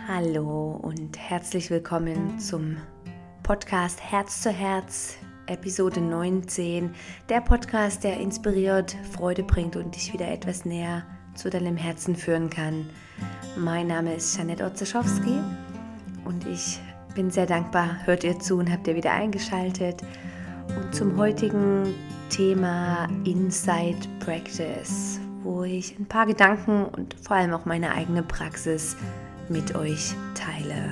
Hallo und herzlich willkommen zum Podcast Herz zu Herz, Episode 19. Der Podcast, der inspiriert, Freude bringt und dich wieder etwas näher zu deinem Herzen führen kann. Mein Name ist Jeanette Otzeschowski und ich bin sehr dankbar, hört ihr zu und habt ihr wieder eingeschaltet. Und zum heutigen Thema Insight Practice, wo ich ein paar Gedanken und vor allem auch meine eigene Praxis mit euch teile.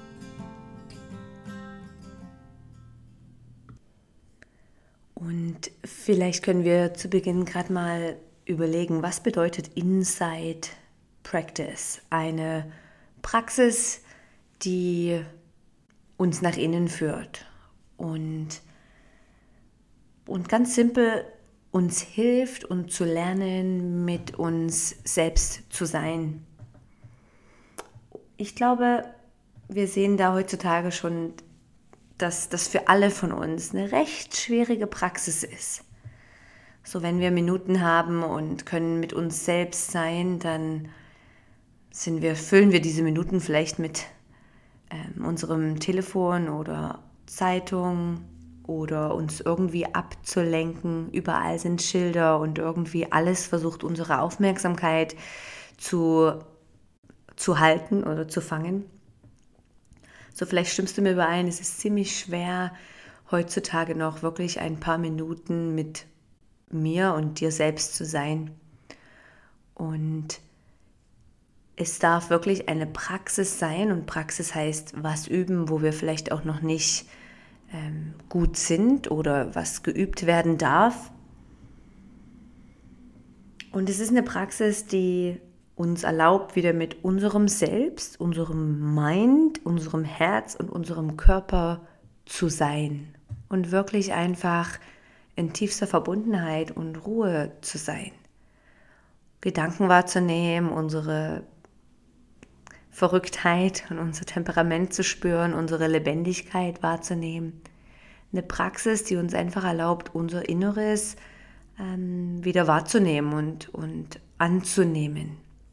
Und vielleicht können wir zu Beginn gerade mal überlegen, was bedeutet Insight Practice? Eine Praxis, die uns nach innen führt und ganz simpel uns hilft, uns zu lernen, mit uns selbst zu sein. Ich glaube, wir sehen da heutzutage schon, dass das für alle von uns eine recht schwierige Praxis ist. So, wenn wir Minuten haben und können mit uns selbst sein, dann füllen wir diese Minuten vielleicht mit unserem Telefon oder Zeitung oder uns irgendwie abzulenken. Überall sind Schilder und irgendwie alles versucht, unsere Aufmerksamkeit zu halten oder zu fangen. So, vielleicht stimmst du mir überein, es ist ziemlich schwer, heutzutage noch wirklich ein paar Minuten mit mir und dir selbst zu sein. Und es darf wirklich eine Praxis sein, und Praxis heißt was üben, wo wir vielleicht auch noch nicht gut sind oder was geübt werden darf. Und es ist eine Praxis, die uns erlaubt, wieder mit unserem Selbst, unserem Mind, unserem Herz und unserem Körper zu sein und wirklich einfach in tiefster Verbundenheit und Ruhe zu sein. Gedanken wahrzunehmen, unsere Verrücktheit und unser Temperament zu spüren, unsere Lebendigkeit wahrzunehmen. Eine Praxis, die uns einfach erlaubt, unser Inneres wieder wahrzunehmen und anzunehmen.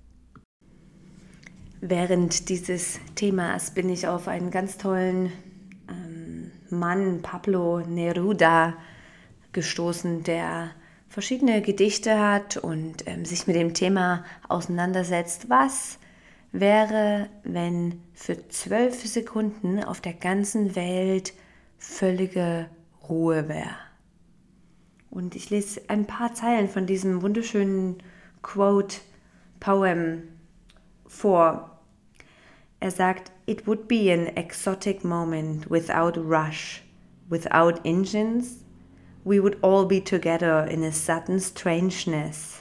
Während dieses Themas bin ich auf einen ganz tollen Mann, Pablo Neruda, gestoßen, der verschiedene Gedichte hat und sich mit dem Thema auseinandersetzt, was wäre, wenn für 12 Sekunden auf der ganzen Welt völlige Ruhe wäre. Und ich lese ein paar Zeilen von diesem wunderschönen Quote-Poem vor. Er sagt, "It would be an exotic moment without rush, without engines. We would all be together in a sudden strangeness.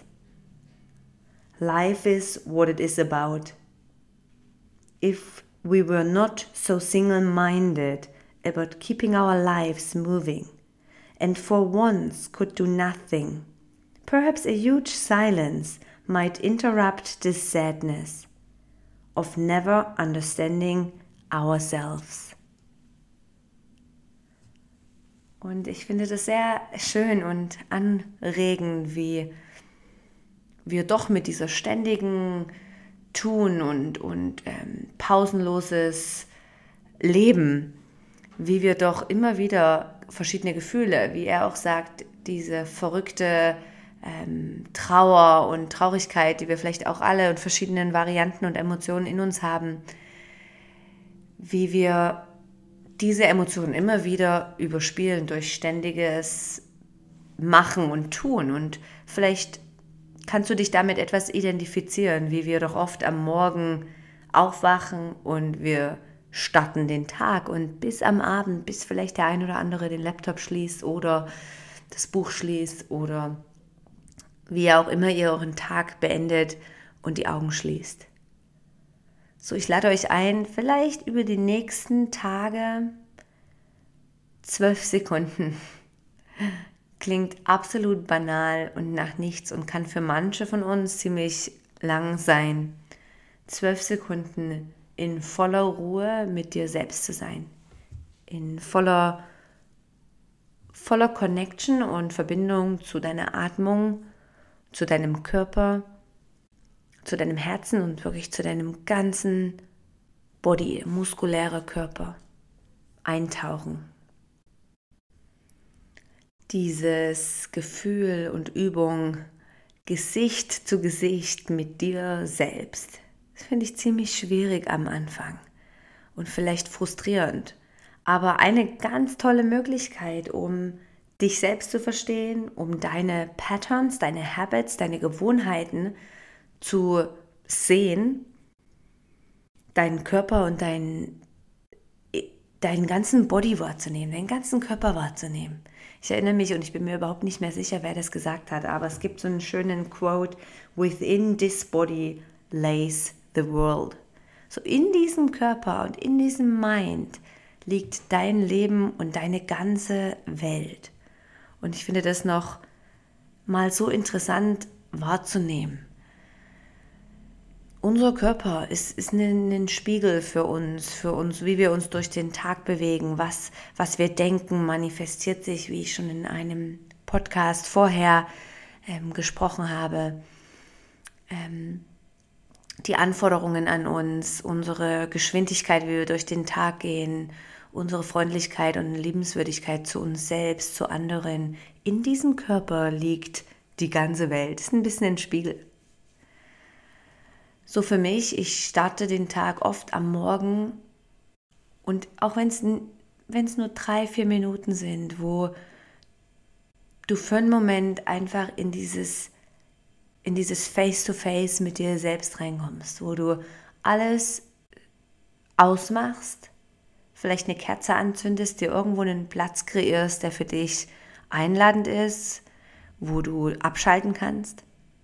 Life is what it is about. If we were not so single-minded about keeping our lives moving, and for once could do nothing, perhaps a huge silence might interrupt this sadness of never understanding ourselves." Und ich finde das sehr schön und anregend, wie wir doch mit dieser ständigen Tun und pausenloses Leben, wie wir doch immer wieder verschiedene Gefühle, wie er auch sagt, diese verrückte Trauer und Traurigkeit, die wir vielleicht auch alle in verschiedenen Varianten und Emotionen in uns haben, wie wir diese Emotionen immer wieder überspielen durch ständiges Machen und Tun. Und vielleicht kannst du dich damit etwas identifizieren, wie wir doch oft am Morgen aufwachen und wir starten den Tag und bis am Abend, bis vielleicht der ein oder andere den Laptop schließt oder das Buch schließt oder wie auch immer ihr euren Tag beendet und die Augen schließt. So, ich lade euch ein, vielleicht über die nächsten Tage 12 Sekunden. Klingt absolut banal und nach nichts und kann für manche von uns ziemlich lang sein. 12 Sekunden in voller Ruhe mit dir selbst zu sein. In voller Connection und Verbindung zu deiner Atmung, zu deinem Körper, zu deinem Herzen und wirklich zu deinem ganzen Body, muskulärer Körper eintauchen. Dieses Gefühl und Übung Gesicht zu Gesicht mit dir selbst, das finde ich ziemlich schwierig am Anfang und vielleicht frustrierend, aber eine ganz tolle Möglichkeit, um dich selbst zu verstehen, um deine Patterns, deine Habits, deine Gewohnheiten zu sehen, deinen Körper und deinen ganzen Body wahrzunehmen, deinen ganzen Körper wahrzunehmen. Ich erinnere mich und ich bin mir überhaupt nicht mehr sicher, wer das gesagt hat, aber es gibt so einen schönen Quote: "Within this body lays the world." So in diesem Körper und in diesem Mind liegt dein Leben und deine ganze Welt. Und ich finde das noch mal so interessant wahrzunehmen. Unser Körper ist ein Spiegel für uns, wie wir uns durch den Tag bewegen, was wir denken, manifestiert sich, wie ich schon in einem Podcast vorher gesprochen habe. Die Anforderungen an uns, unsere Geschwindigkeit, wie wir durch den Tag gehen, unsere Freundlichkeit und Liebenswürdigkeit zu uns selbst, zu anderen. In diesem Körper liegt die ganze Welt. Das ist ein bisschen ein Spiegel. So für mich, ich starte den Tag oft am Morgen und auch wenn es nur 3-4 Minuten sind, wo du für einen Moment einfach in dieses Face-to-Face mit dir selbst reinkommst, wo du alles ausmachst, vielleicht eine Kerze anzündest, dir irgendwo einen Platz kreierst, der für dich einladend ist, wo du abschalten kannst.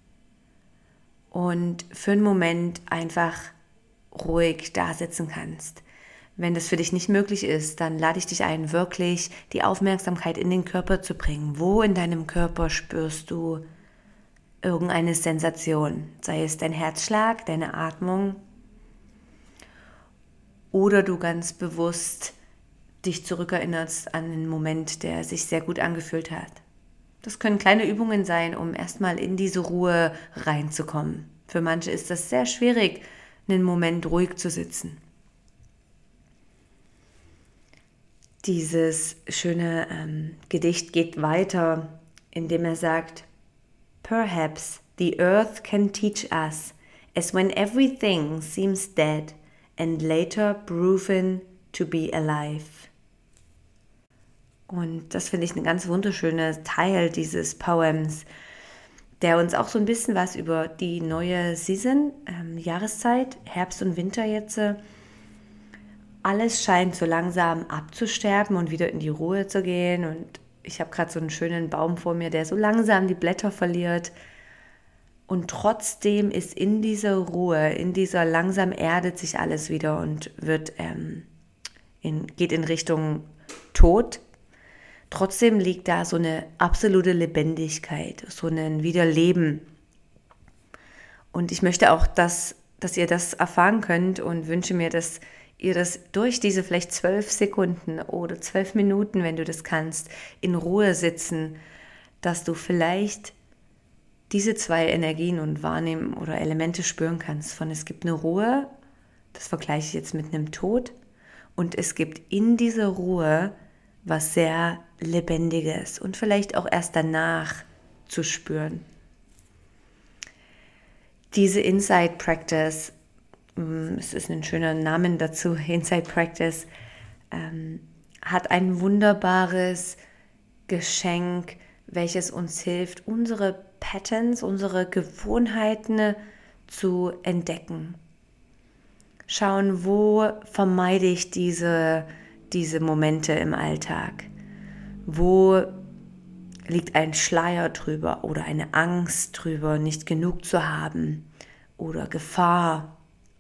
Und für einen Moment einfach ruhig da sitzen kannst. Wenn das für dich nicht möglich ist, dann lade ich dich ein, wirklich die Aufmerksamkeit in den Körper zu bringen. Wo in deinem Körper spürst du irgendeine Sensation? Sei es dein Herzschlag, deine Atmung oder du ganz bewusst dich zurückerinnerst an einen Moment, der sich sehr gut angefühlt hat. Das können kleine Übungen sein, um erstmal in diese Ruhe reinzukommen. Für manche ist das sehr schwierig, einen Moment ruhig zu sitzen. Dieses schöne Gedicht geht weiter, indem er sagt: "Perhaps the earth can teach us, as when everything seems dead and later proven to be alive." Und das finde ich ein ganz wunderschöner Teil dieses Poems, der uns auch so ein bisschen was über die neue Season, Jahreszeit, Herbst und Winter jetzt, alles scheint so langsam abzusterben und wieder in die Ruhe zu gehen. Und ich habe gerade so einen schönen Baum vor mir, der so langsam die Blätter verliert. Und trotzdem ist in dieser Ruhe, in dieser langsam erdet sich alles wieder und geht in Richtung Tod. Trotzdem liegt da so eine absolute Lebendigkeit, so ein Wiederleben. Und ich möchte auch, dass ihr das erfahren könnt und wünsche mir, dass ihr das durch diese vielleicht 12 Sekunden oder 12 Minuten, wenn du das kannst, in Ruhe sitzen, dass du vielleicht diese 2 Energien und Wahrnehmen oder Elemente spüren kannst. Von es gibt eine Ruhe, das vergleiche ich jetzt mit einem Tod, und es gibt in dieser Ruhe was sehr Lebendiges und vielleicht auch erst danach zu spüren. Diese Insight Practice, es ist ein schöner Name dazu, Insight Practice, hat ein wunderbares Geschenk, welches uns hilft, unsere Patterns, unsere Gewohnheiten zu entdecken. Schauen, wo vermeide ich diese Momente im Alltag? Wo liegt ein Schleier drüber oder eine Angst drüber, nicht genug zu haben oder Gefahr?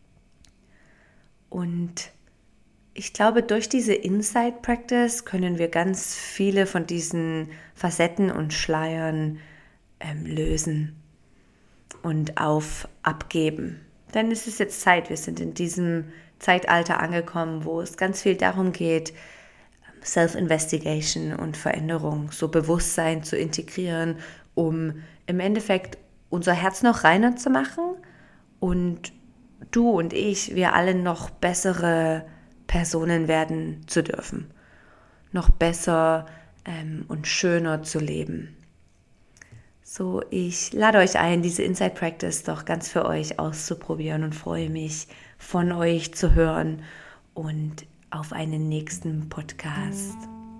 Und ich glaube, durch diese Insight Practice können wir ganz viele von diesen Facetten und Schleiern lösen und abgeben. Denn es ist jetzt Zeit, wir sind in diesem Zeitalter angekommen, wo es ganz viel darum geht, Self-Investigation und Veränderung, so Bewusstsein zu integrieren, um im Endeffekt unser Herz noch reiner zu machen und du und ich, wir alle noch bessere Personen werden zu dürfen. Noch besser und schöner zu leben. So, ich lade euch ein, diese Insight Practice doch ganz für euch auszuprobieren und freue mich, von euch zu hören und auf einen nächsten Podcast.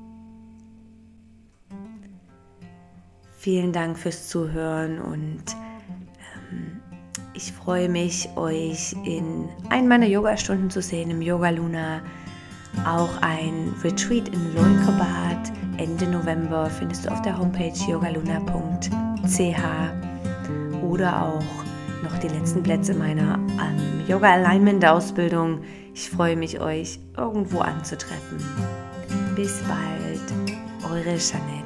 Vielen Dank fürs Zuhören und ich freue mich, euch in einen meiner Yoga-Stunden zu sehen, im Yoga Luna. Auch ein Retreat in Leukerbad Ende November findest du auf der Homepage yogaluna.ch oder auch noch die letzten Plätze meiner Yoga Alignment Ausbildung. Ich freue mich, euch irgendwo anzutreffen. Bis bald, eure Chanel.